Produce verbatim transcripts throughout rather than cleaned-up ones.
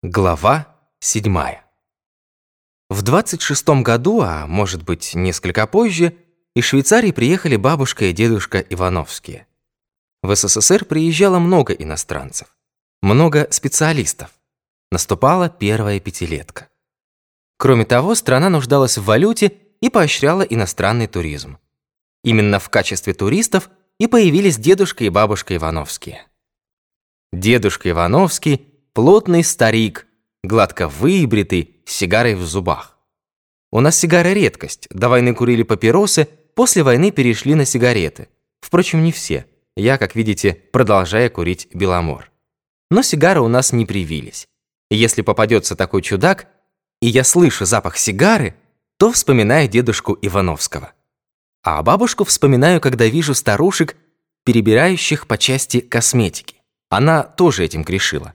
Глава седьмая. В двадцать шестом году, а может быть несколько позже, из Швейцарии приехали бабушка и дедушка Ивановские. В СССР приезжало много иностранцев, много специалистов. Наступала первая пятилетка. Кроме того, страна нуждалась в валюте и поощряла иностранный туризм. Именно в качестве туристов и появились дедушка и бабушка Ивановские. Дедушка Ивановский – плотный старик, гладко выбритый, с сигарой в зубах. У нас сигары редкость, до войны курили папиросы, после войны перешли на сигареты. Впрочем, не все. Я, как видите, продолжаю курить Беломор. Но сигары у нас не привились. И если попадется такой чудак, и я слышу запах сигары, то вспоминаю дедушку Ивановского. А бабушку вспоминаю, когда вижу старушек, перебирающих по части косметики. Она тоже этим грешила.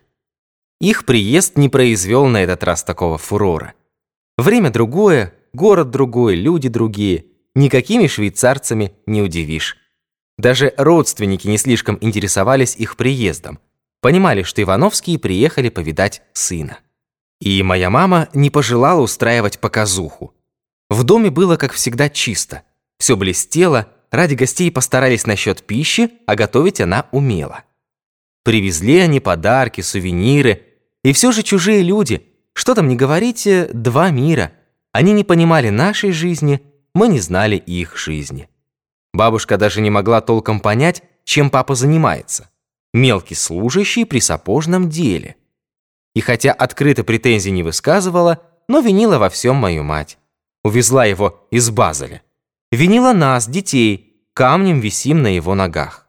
Их приезд не произвел на этот раз такого фурора. Время другое, город другой, люди другие. Никакими швейцарцами не удивишь. Даже родственники не слишком интересовались их приездом. Понимали, что Ивановские приехали повидать сына. И моя мама не пожелала устраивать показуху. В доме было, как всегда, чисто. Все блестело, ради гостей постарались насчет пищи, а готовить она умела. Привезли они подарки, сувениры. И все же чужие люди, что там не говорите, два мира. Они не понимали нашей жизни, мы не знали их жизни. Бабушка даже не могла толком понять, чем папа занимается. Мелкий служащий при сапожном деле. И хотя открыто претензий не высказывала, но винила во всем мою мать. Увезла его из Базеля. Винила нас, детей, камнем висим на его ногах.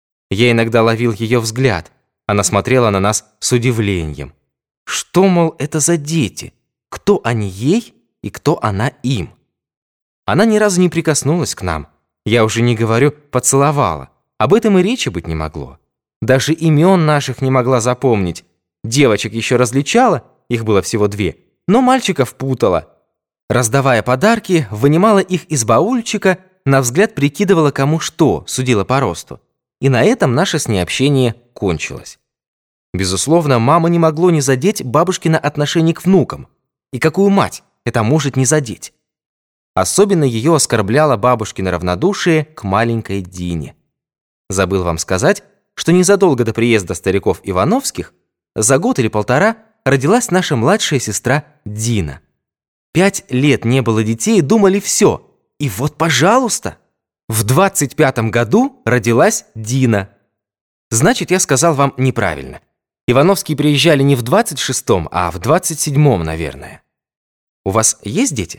Я иногда ловил ее взгляд. Она смотрела на нас с удивлением. Что, мол, это за дети? Кто они ей и кто она им? Она ни разу не прикоснулась к нам. Я уже не говорю, поцеловала. Об этом и речи быть не могло. Даже имен наших не могла запомнить. Девочек еще различала, их было всего две, но мальчиков путала. Раздавая подарки, вынимала их из баульчика, на взгляд прикидывала, кому что, судила по росту. И на этом наше с ней общение кончилось. Безусловно, мама не могло не задеть бабушкино отношение к внукам. И какую мать это может не задеть? Особенно ее оскорбляло бабушкино равнодушие к маленькой Дине. Забыл вам сказать, что незадолго до приезда стариков Ивановских, за год или полтора, родилась наша младшая сестра Дина. Пять лет не было детей, думали все. И вот, пожалуйста, в двадцать пятом году родилась Дина. Значит, я сказал вам неправильно. Ивановские приезжали не в двадцать шестом, а в двадцать седьмом, наверное. У вас есть дети?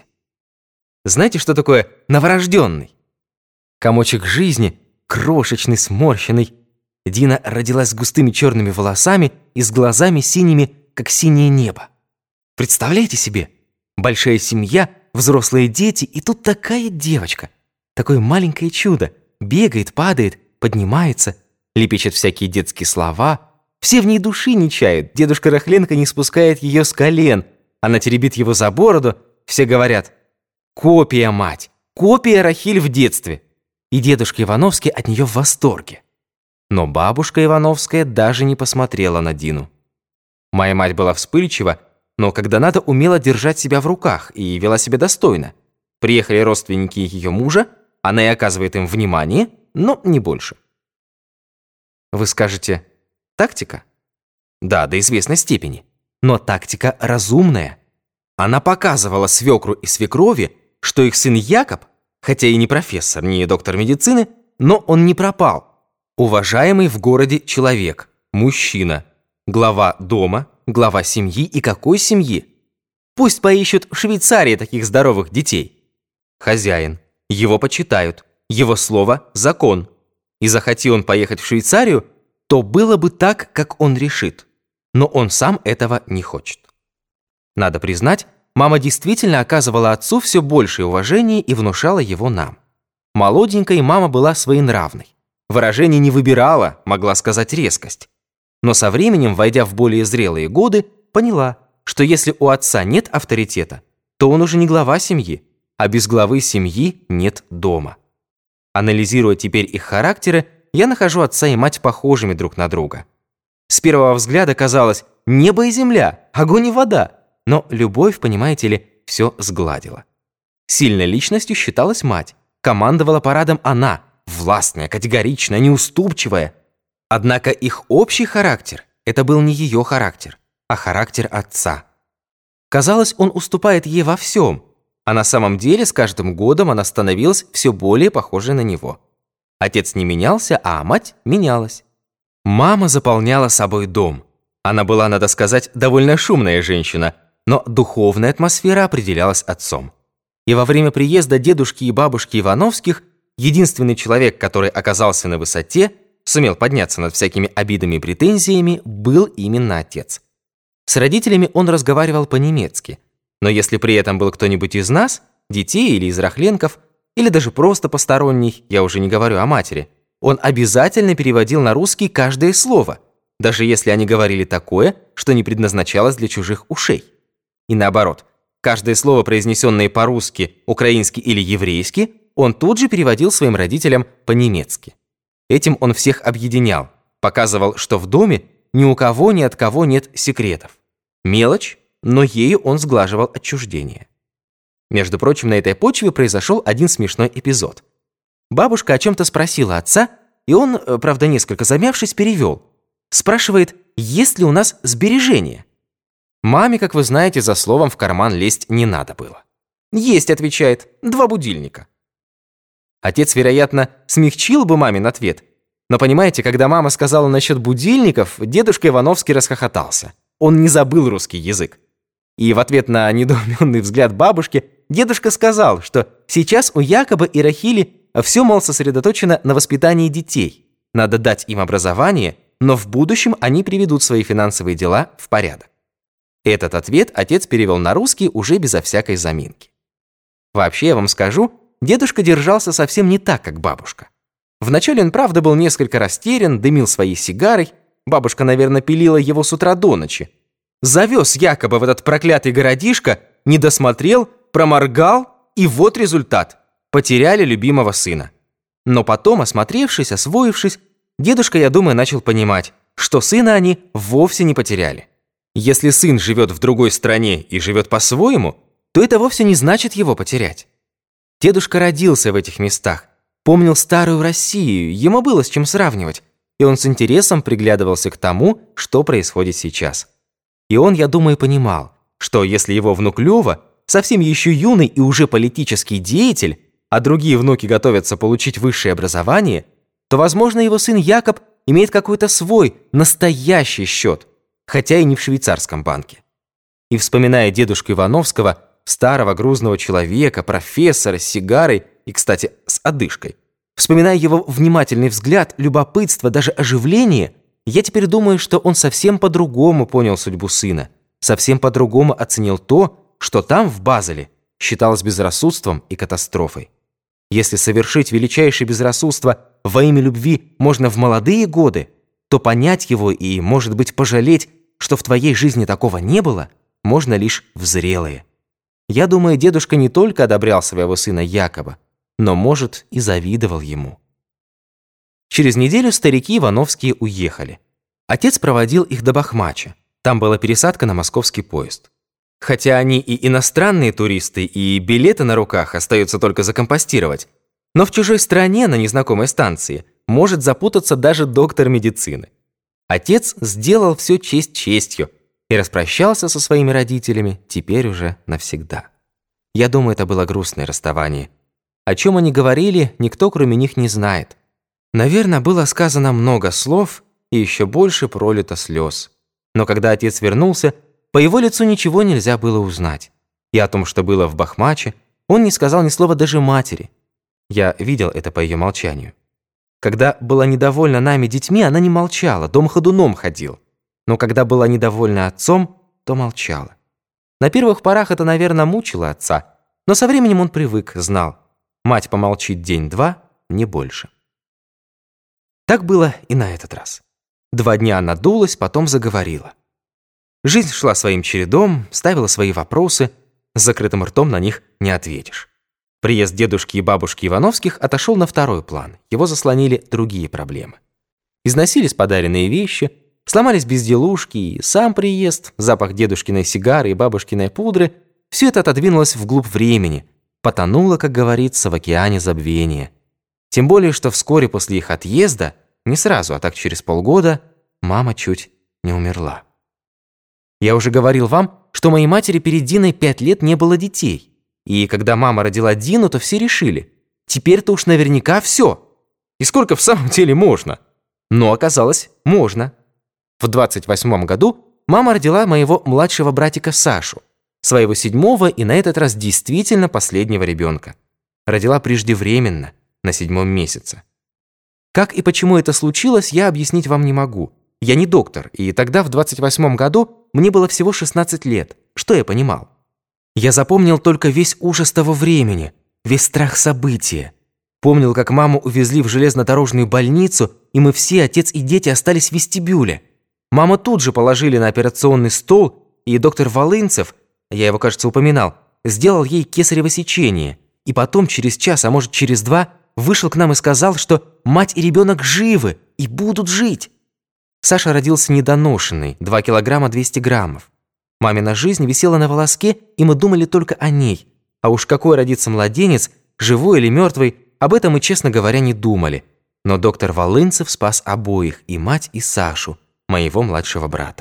Знаете, что такое новорожденный? Комочек жизни, крошечный, сморщенный. Дина родилась с густыми черными волосами и с глазами синими, как синее небо. Представляете себе? Большая семья, взрослые дети, и тут такая девочка. Такое маленькое чудо. Бегает, падает, поднимается, лепечет всякие детские слова. Все в ней души не чают. Дедушка Рахленко не спускает ее с колен. Она теребит его за бороду. Все говорят: «Копия, мать! Копия Рахиль в детстве!» И дедушка Ивановский от нее в восторге. Но бабушка Ивановская даже не посмотрела на Дину. Моя мать была вспыльчива, но когда надо, умела держать себя в руках и вела себя достойно. Приехали родственники ее мужа, она и оказывает им внимание, но не больше. Вы скажете, тактика? Да, до известной степени. Но тактика разумная. Она показывала свекру и свекрови, что их сын Якоб, хотя и не профессор, не доктор медицины, но он не пропал. Уважаемый в городе человек, мужчина, глава дома, глава семьи, и какой семьи? Пусть поищут в Швейцарии таких здоровых детей. Хозяин, его почитают, его слово – закон. И захоти он поехать в Швейцарию, то было бы так, как он решит. Но он сам этого не хочет. Надо признать, мама действительно оказывала отцу все большее уважение и внушала его нам. Молоденькой мама была своенравной. Выражение не выбирала, могла сказать резкость. Но со временем, войдя в более зрелые годы, поняла, что если у отца нет авторитета, то он уже не глава семьи, а без главы семьи нет дома. Анализируя теперь их характеры, я нахожу отца и мать похожими друг на друга. С первого взгляда казалось, небо и земля, огонь и вода. Но любовь, понимаете ли, все сгладила. Сильной личностью считалась мать. Командовала парадом она, властная, категоричная, неуступчивая. Однако их общий характер – это был не ее характер, а характер отца. Казалось, он уступает ей во всем, а на самом деле с каждым годом она становилась все более похожей на него. Отец не менялся, а мать менялась. Мама заполняла собой дом. Она была, надо сказать, довольно шумная женщина, но духовная атмосфера определялась отцом. И во время приезда дедушки и бабушки Ивановских единственный человек, который оказался на высоте, сумел подняться над всякими обидами и претензиями, был именно отец. С родителями он разговаривал по-немецки, но если при этом был кто-нибудь из нас, детей или из Рахленков, или даже просто посторонний, я уже не говорю о матери, он обязательно переводил на русский каждое слово, даже если они говорили такое, что не предназначалось для чужих ушей. И наоборот, каждое слово, произнесенное по-русски, украински или еврейски, он тут же переводил своим родителям по-немецки. Этим он всех объединял, показывал, что в доме ни у кого ни от кого нет секретов. Мелочь, но ею он сглаживал отчуждение. Между прочим, на этой почве произошел один смешной эпизод. Бабушка о чем-то спросила отца, и он, правда, несколько замявшись, перевел. Спрашивает, есть ли у нас сбережения. Маме, как вы знаете, за словом в карман лезть не надо было. «Есть», — отвечает, — «два будильника». Отец, вероятно, смягчил бы мамин ответ. Но понимаете, когда мама сказала насчет будильников, дедушка Ивановский расхохотался. Он не забыл русский язык. И в ответ на недоуменный взгляд бабушки дедушка сказал, что сейчас у Якоба и Рахили все, мол, сосредоточено на воспитании детей. Надо дать им образование, но в будущем они приведут свои финансовые дела в порядок. Этот ответ отец перевел на русский уже безо всякой заминки. Вообще, я вам скажу, дедушка держался совсем не так, как бабушка. Вначале он, правда, был несколько растерян, дымил своей сигарой. Бабушка, наверное, пилила его с утра до ночи. Завез якобы в этот проклятый городишко, не досмотрел, проморгал, и вот результат. Потеряли любимого сына. Но потом, осмотревшись, освоившись, дедушка, я думаю, начал понимать, что сына они вовсе не потеряли. Если сын живет в другой стране и живет по-своему, то это вовсе не значит его потерять. Дедушка родился в этих местах, помнил старую Россию, ему было с чем сравнивать, и он с интересом приглядывался к тому, что происходит сейчас. И он, я думаю, понимал, что если его внук Лёва, совсем еще юный и уже политический деятель, а другие внуки готовятся получить высшее образование, то, возможно, его сын Якоб имеет какой-то свой, настоящий счет, хотя и не в швейцарском банке. И вспоминая дедушку Ивановского, старого грузного человека, профессора с сигарой и, кстати, с одышкой, вспоминая его внимательный взгляд, любопытство, даже оживление, я теперь думаю, что он совсем по-другому понял судьбу сына, совсем по-другому оценил то, что там, в Базеле, считалось безрассудством и катастрофой. Если совершить величайшее безрассудство во имя любви можно в молодые годы, то понять его и, может быть, пожалеть, что в твоей жизни такого не было, можно лишь в зрелые. Я думаю, дедушка не только одобрял своего сына Якоба, но, может, и завидовал ему. Через неделю старики Ивановские уехали. Отец проводил их до Бахмача. Там была пересадка на московский поезд. Хотя они и иностранные туристы, и билеты на руках остается только закомпостировать, но в чужой стране на незнакомой станции может запутаться даже доктор медицины. Отец сделал все честь честью и распрощался со своими родителями теперь уже навсегда. Я думаю, это было грустное расставание. О чем они говорили, никто кроме них не знает. Наверное, было сказано много слов и еще больше пролито слез. Но когда отец вернулся, по его лицу ничего нельзя было узнать. И о том, что было в Бахмаче, он не сказал ни слова даже матери. Я видел это по ее молчанию. Когда была недовольна нами детьми, она не молчала, дом ходуном ходил. Но когда была недовольна отцом, то молчала. На первых порах это, наверное, мучило отца, но со временем он привык, знал. Мать помолчит день-два, не больше. Так было и на этот раз. Два дня она дулась, потом заговорила. Жизнь шла своим чередом, ставила свои вопросы, с закрытым ртом на них не ответишь. Приезд дедушки и бабушки Ивановских отошел на второй план, его заслонили другие проблемы. Износились подаренные вещи, Сломались безделушки, и сам приезд, запах дедушкиной сигары и бабушкиной пудры — все это отодвинулось вглубь времени, потонуло, как говорится, в океане забвения. Тем более, что вскоре после их отъезда, не сразу, а так через полгода, мама чуть не умерла. Я уже говорил вам, что моей матери перед Диной пять лет не было детей. И когда мама родила Дину, то все решили, теперь-то уж наверняка все. И сколько в самом деле можно? Но оказалось, можно. В двадцать восьмом году мама родила моего младшего братика Сашу, своего седьмого и на этот раз действительно последнего ребенка. Родила преждевременно, на седьмом месяце. Как и почему это случилось, я объяснить вам не могу. Я не доктор, и тогда, в двадцать восьмом году, мне было всего шестнадцать лет. Что я понимал? Я запомнил только весь ужас того времени, весь страх события. Помнил, как маму увезли в железнодорожную больницу, и мы все, отец и дети, остались в вестибюле. Маму тут же положили на операционный стол, и доктор Волынцев, я его, кажется, упоминал, сделал ей кесарево сечение, и потом через час, а может через два, вышел к нам и сказал, что мать и ребенок живы и будут жить. Саша родился недоношенный, два килограмма двести граммов. Мамина жизнь висела на волоске, и мы думали только о ней. А уж какой родится младенец, живой или мертвый, об этом мы, честно говоря, не думали. Но доктор Волынцев спас обоих, и мать, и Сашу, моего младшего брата.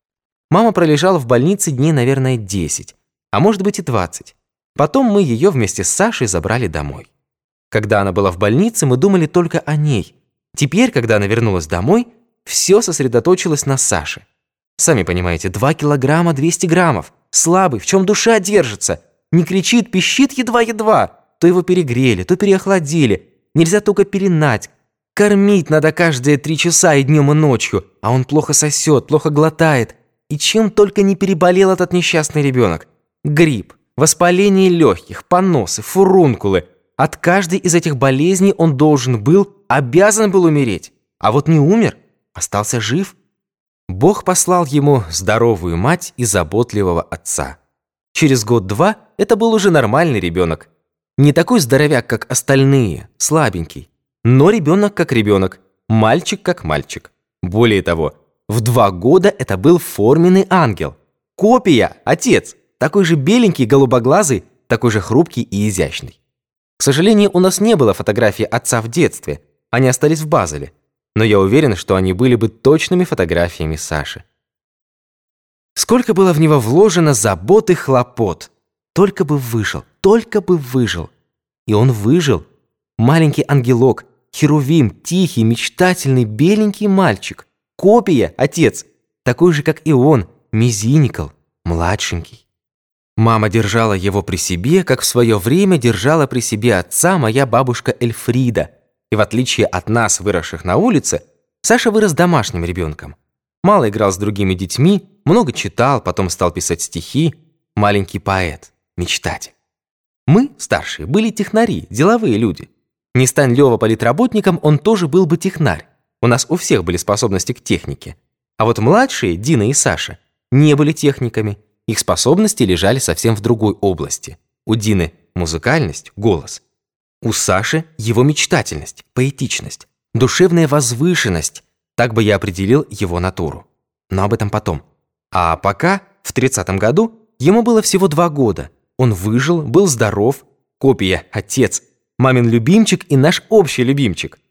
Мама пролежала в больнице дней, наверное, десять, а может быть и двадцать. Потом мы ее вместе с Сашей забрали домой. Когда она была в больнице, мы думали только о ней. Теперь, когда она вернулась домой, все сосредоточилось на Саше. Сами понимаете, два килограмма двести граммов. Слабый, в чем душа держится. Не кричит, пищит едва-едва. То его перегрели, то переохладили. Нельзя только пеленать. Кормить надо каждые три часа и днем, и ночью. А он плохо сосет, плохо глотает. И чем только не переболел этот несчастный ребенок. Грипп, воспаление легких, поносы, фурункулы. От каждой из этих болезней он должен был, обязан был умереть. А вот не умер, остался жив. Бог послал ему здоровую мать и заботливого отца. Через год-два это был уже нормальный ребенок. Не такой здоровяк, как остальные, слабенький. Но ребенок как ребенок, мальчик как мальчик. Более того, в два года это был форменный ангел. Копия, отец, такой же беленький, голубоглазый, такой же хрупкий и изящный. К сожалению, у нас не было фотографий отца в детстве, они остались в Базеле. Но я уверен, что они были бы точными фотографиями Саши. Сколько было в него вложено забот и хлопот. Только бы выжил, только бы выжил. И он выжил. Маленький ангелок, херувим, тихий, мечтательный, беленький мальчик. Копия, отец, такой же, как и он, мизинькал, младшенький. Мама держала его при себе, как в свое время держала при себе отца моя бабушка Эльфрида. И в отличие от нас, выросших на улице, Саша вырос домашним ребенком. Мало играл с другими детьми, много читал, потом стал писать стихи. Маленький поэт, мечтатель. Мы, старшие, были технари, деловые люди. Не стань Лёва политработником, он тоже был бы технарь. У нас у всех были способности к технике. А вот младшие, Дина и Саша, не были техниками. Их способности лежали совсем в другой области. У Дины музыкальность, голос. У Саши его мечтательность, поэтичность, душевная возвышенность. Так бы я определил его натуру. Но об этом потом. А пока, в тридцатом году, ему было всего два года. Он выжил, был здоров. Копия, отец, мамин любимчик и наш общий любимчик.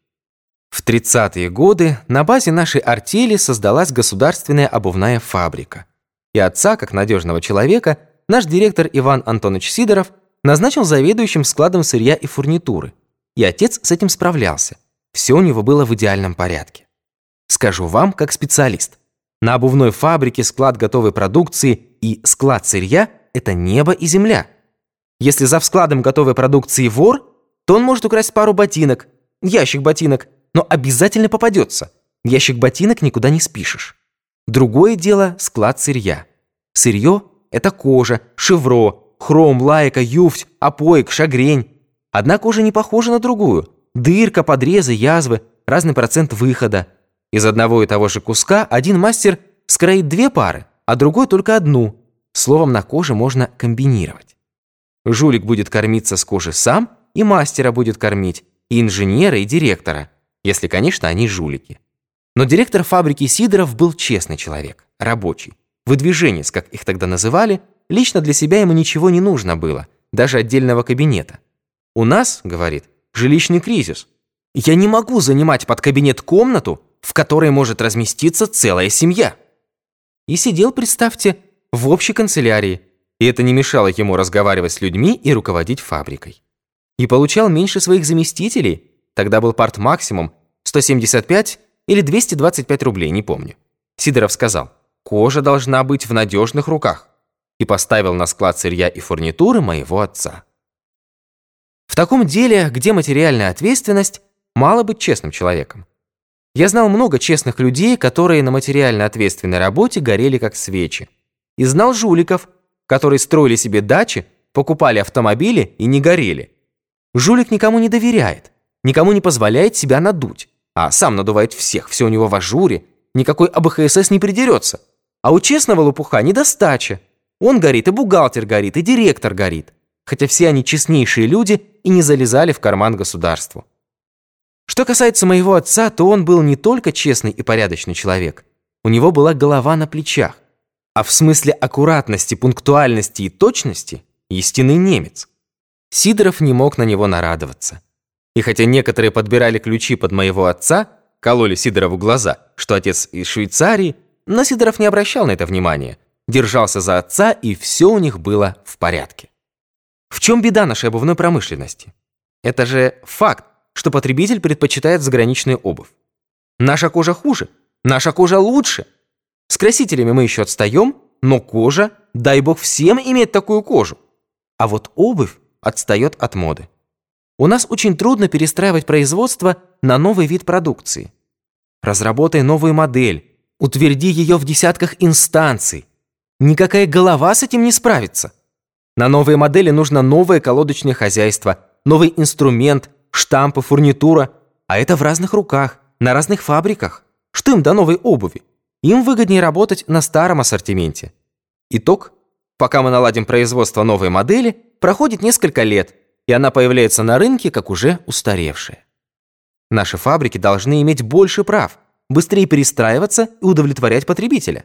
В тридцатые годы на базе нашей артели создалась государственная обувная фабрика. И отца, как надежного человека, наш директор Иван Антонович Сидоров назначил заведующим складом сырья и фурнитуры. И отец с этим справлялся. Все у него было в идеальном порядке. Скажу вам, как специалист. На обувной фабрике склад готовой продукции и склад сырья – это небо и земля. Если за складом готовой продукции вор, то он может украсть пару ботинок, ящик ботинок, но обязательно попадется. Ящик ботинок никуда не спишешь. Другое дело – склад сырья. Сырье – это кожа, шевро, хром, лайка, юфть, опоек, шагрень. Одна кожа не похожа на другую. Дырка, подрезы, язвы, разный процент выхода. Из одного и того же куска один мастер скроит две пары, а другой только одну. Словом, на коже можно комбинировать. Жулик будет кормиться с кожи сам, и мастера будет кормить, и инженера, и директора, если, конечно, они жулики. Но директор фабрики Сидоров был честный человек, рабочий. Выдвиженец, как их тогда называли, лично для себя ему ничего не нужно было, даже отдельного кабинета. «У нас, — говорит, — жилищный кризис. Я не могу занимать под кабинет комнату, в которой может разместиться целая семья». И сидел, представьте, в общей канцелярии, и это не мешало ему разговаривать с людьми и руководить фабрикой. И получал меньше своих заместителей, тогда был партмаксимум, сто семьдесят пять или двести двадцать пять рублей, не помню. Сидоров сказал: «Кожа должна быть в надежных руках», и поставил на склад сырья и фурнитуры моего отца. В таком деле, где материальная ответственность, мало быть честным человеком. Я знал много честных людей, которые на материально ответственной работе горели как свечи. И знал жуликов, которые строили себе дачи, покупали автомобили и не горели. Жулик никому не доверяет, никому не позволяет себя надуть, а сам надувает всех, все у него в ажуре, никакой об ха эс эс не придерется. А у честного лопуха недостача. Он горит, и бухгалтер горит, и директор горит, хотя все они честнейшие люди и не залезали в карман государству. Что касается моего отца, то он был не только честный и порядочный человек, у него была голова на плечах, а в смысле аккуратности, пунктуальности и точности истинный немец. Сидоров не мог на него нарадоваться. И хотя некоторые подбирали ключи под моего отца, кололи Сидорову глаза, что отец из Швейцарии, но Сидоров не обращал на это внимания, держался за отца, и все у них было в порядке. В чем беда нашей обувной промышленности? Это же факт, что потребитель предпочитает заграничную обувь. Наша кожа хуже, наша кожа лучше. С красителями мы еще отстаем, но кожа, дай бог всем иметь такую кожу. А вот обувь отстает от моды. У нас очень трудно перестраивать производство на новый вид продукции. Разработай новую модель, утверди ее в десятках инстанций. Никакая голова с этим не справится. На новые модели нужно новое колодочное хозяйство, новый инструмент, штампы, фурнитура. А это в разных руках, на разных фабриках. Что им до новой обуви? Им выгоднее работать на старом ассортименте. Итог: пока мы наладим производство новой модели, проходит несколько лет, и она появляется на рынке как уже устаревшая. Наши фабрики должны иметь больше прав, быстрее перестраиваться и удовлетворять потребителя.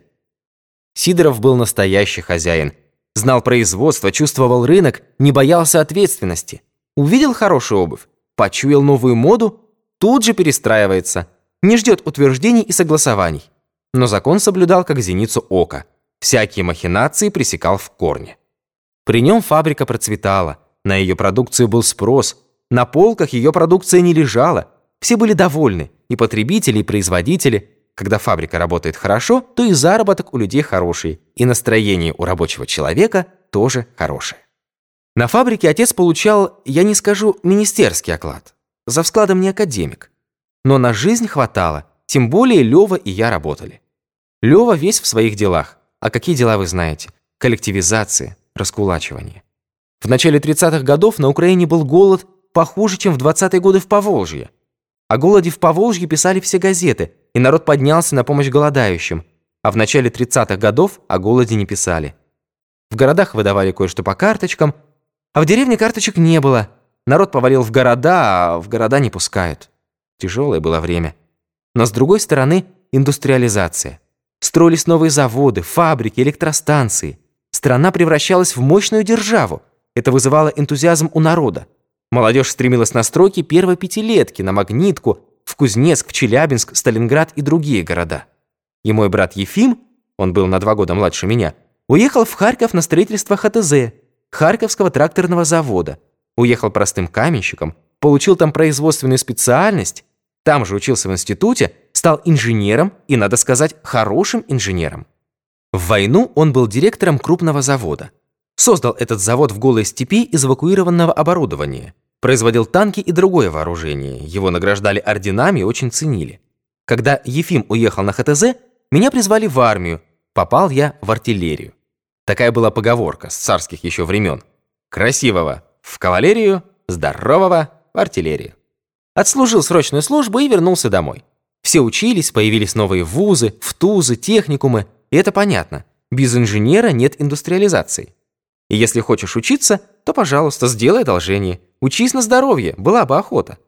Сидоров был настоящий хозяин. Знал производство, чувствовал рынок, не боялся ответственности. Увидел хорошую обувь, почуял новую моду, тут же перестраивается, не ждет утверждений и согласований. Но закон соблюдал как зеницу ока, всякие махинации пресекал в корне. При нем фабрика процветала, на ее продукцию был спрос, на полках ее продукция не лежала, все были довольны, и потребители, и производители. Когда фабрика работает хорошо, то и заработок у людей хороший, и настроение у рабочего человека тоже хорошее. На фабрике отец получал, я не скажу, министерский оклад. За вскладом не академик. Но на жизнь хватало, тем более Лёва и я работали. Лёва весь в своих делах. А какие дела вы знаете? Коллективизация, раскулачивание. В начале тридцатых годов на Украине был голод похуже, чем в двадцатые годы в Поволжье. О голоде в Поволжье писали все газеты, и народ поднялся на помощь голодающим. А в начале тридцатых годов о голоде не писали. В городах выдавали кое-что по карточкам, а в деревне карточек не было. Народ повалил в города, а в города не пускают. Тяжелое было время. Но с другой стороны, индустриализация. Строились новые заводы, фабрики, электростанции. Страна превращалась в мощную державу. Это вызывало энтузиазм у народа. Молодежь стремилась на стройки первой пятилетки, на Магнитку, в Кузнецк, в Челябинск, Сталинград и другие города. И мой брат Ефим, он был на два года младше меня, уехал в Харьков на строительство ха тэ зэ, Харьковского тракторного завода. Уехал простым каменщиком, получил там производственную специальность, там же учился в институте, стал инженером и, надо сказать, хорошим инженером. В войну он был директором крупного завода. Создал этот завод в голой степи из эвакуированного оборудования. Производил танки и другое вооружение. Его награждали орденами и очень ценили. Когда Ефим уехал на ха тэ зэ, меня призвали в армию. Попал я в артиллерию. Такая была поговорка с царских еще времен. Красивого в кавалерию, здорового в артиллерию. Отслужил срочную службу и вернулся домой. Все учились, появились новые вузы, втузы, техникумы. И это понятно. Без инженера нет индустриализации. И если хочешь учиться, то, пожалуйста, сделай одолжение. Учись на здоровье, была бы охота.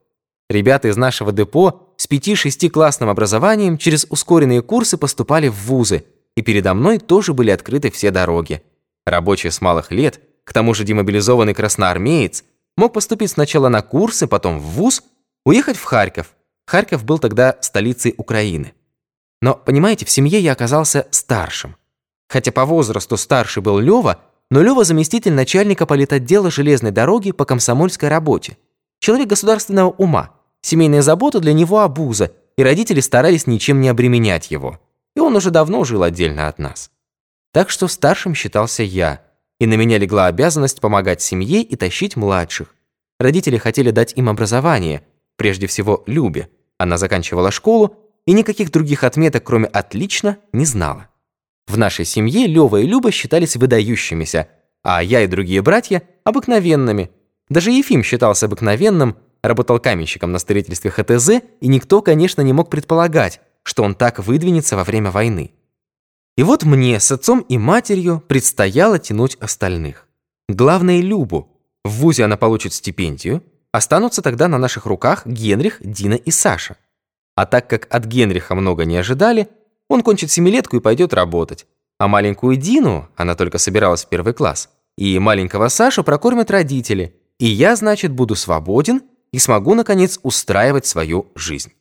Ребята из нашего депо с пяти-шестиклассным образованием через ускоренные курсы поступали в вузы, и передо мной тоже были открыты все дороги. Рабочий с малых лет, к тому же демобилизованный красноармеец, мог поступить сначала на курсы, потом в вуз, уехать в Харьков. Харьков был тогда столицей Украины. Но, понимаете, в семье я оказался старшим. Хотя по возрасту старший был Лёва, но Лёва заместитель начальника политотдела железной дороги по комсомольской работе. Человек государственного ума. Семейная забота для него обуза, и родители старались ничем не обременять его. И он уже давно жил отдельно от нас. Так что старшим считался я, и на меня легла обязанность помогать семье и тащить младших. Родители хотели дать им образование, прежде всего Любе. Она заканчивала школу и никаких других отметок, кроме «отлично», не знала. В нашей семье Лёва и Люба считались выдающимися, а я и другие братья – обыкновенными. Даже Ефим считался обыкновенным, работал каменщиком на строительстве ха тэ зэ, и никто, конечно, не мог предполагать, что он так выдвинется во время войны. И вот мне с отцом и матерью предстояло тянуть остальных. Главное – Любу. В вузе она получит стипендию, останутся тогда на наших руках Генрих, Дина и Саша. А так как от Генриха много не ожидали, он кончит семилетку и пойдет работать. А маленькую Дину, она только собиралась в первый класс, и маленького Сашу прокормят родители. И я, значит, буду свободен и смогу, наконец, устраивать свою жизнь.